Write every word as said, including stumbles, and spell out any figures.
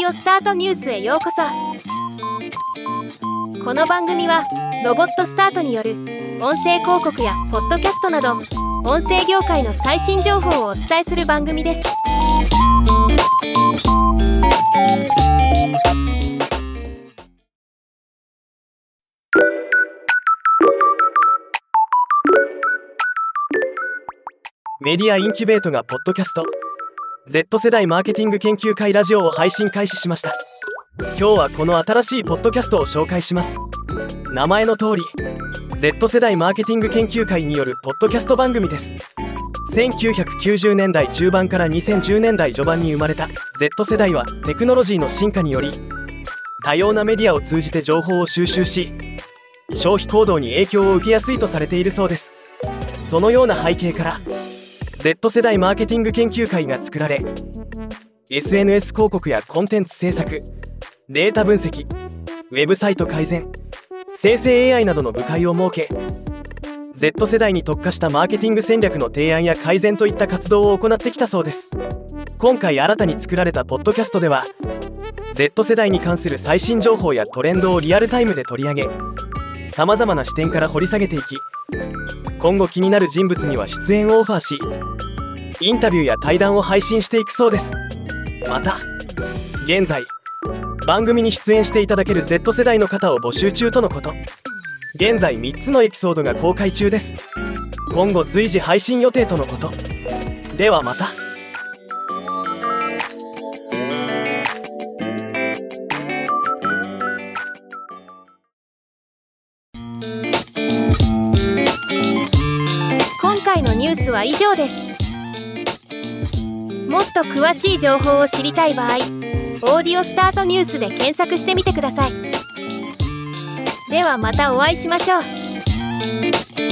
オスタートニュースへようこそ。この番組はロボットスタートによる音声広告やポッドキャストなど音声業界の最新情報をお伝えする番組です。 メディアインキュベートがポッドキャスト Z 世代マーケティング研究会ラジオを配信開始しました。今日はこの新しいポッドキャストを紹介します。名前の通り Z 世代マーケティング研究会によるポッドキャスト番組です。せんきゅうひゃくきゅうじゅうねんだい中盤からにせんじゅうねんだい序盤に生まれた Z 世代はテクノロジーの進化により多様なメディアを通じて情報を収集し消費行動に影響を受けやすいとされているそうです。そのような背景からZ 世代マーケティング研究会が作られ エスエヌエス 広告やコンテンツ制作、データ分析、ウェブサイト改善、生成 エーアイ などの部会を設け Z 世代に特化したマーケティング戦略の提案や改善といった活動を行ってきたそうです。今回新たに作られたポッドキャストでは Z 世代に関する最新情報やトレンドをリアルタイムで取り上げさまざまな視点から掘り下げていき今後気になる人物には出演をオファーしインタビューや対談を配信していくそうです。また現在番組に出演していただける Z 世代の方を募集中とのこと。現在みっつのエピソードが公開中です。今後随時配信予定とのこと。ではまた。 今回のニュースは以上です。もっと詳しい情報を知りたい場合、オーディオスタートニュースで検索してみてください。ではまたお会いしましょう。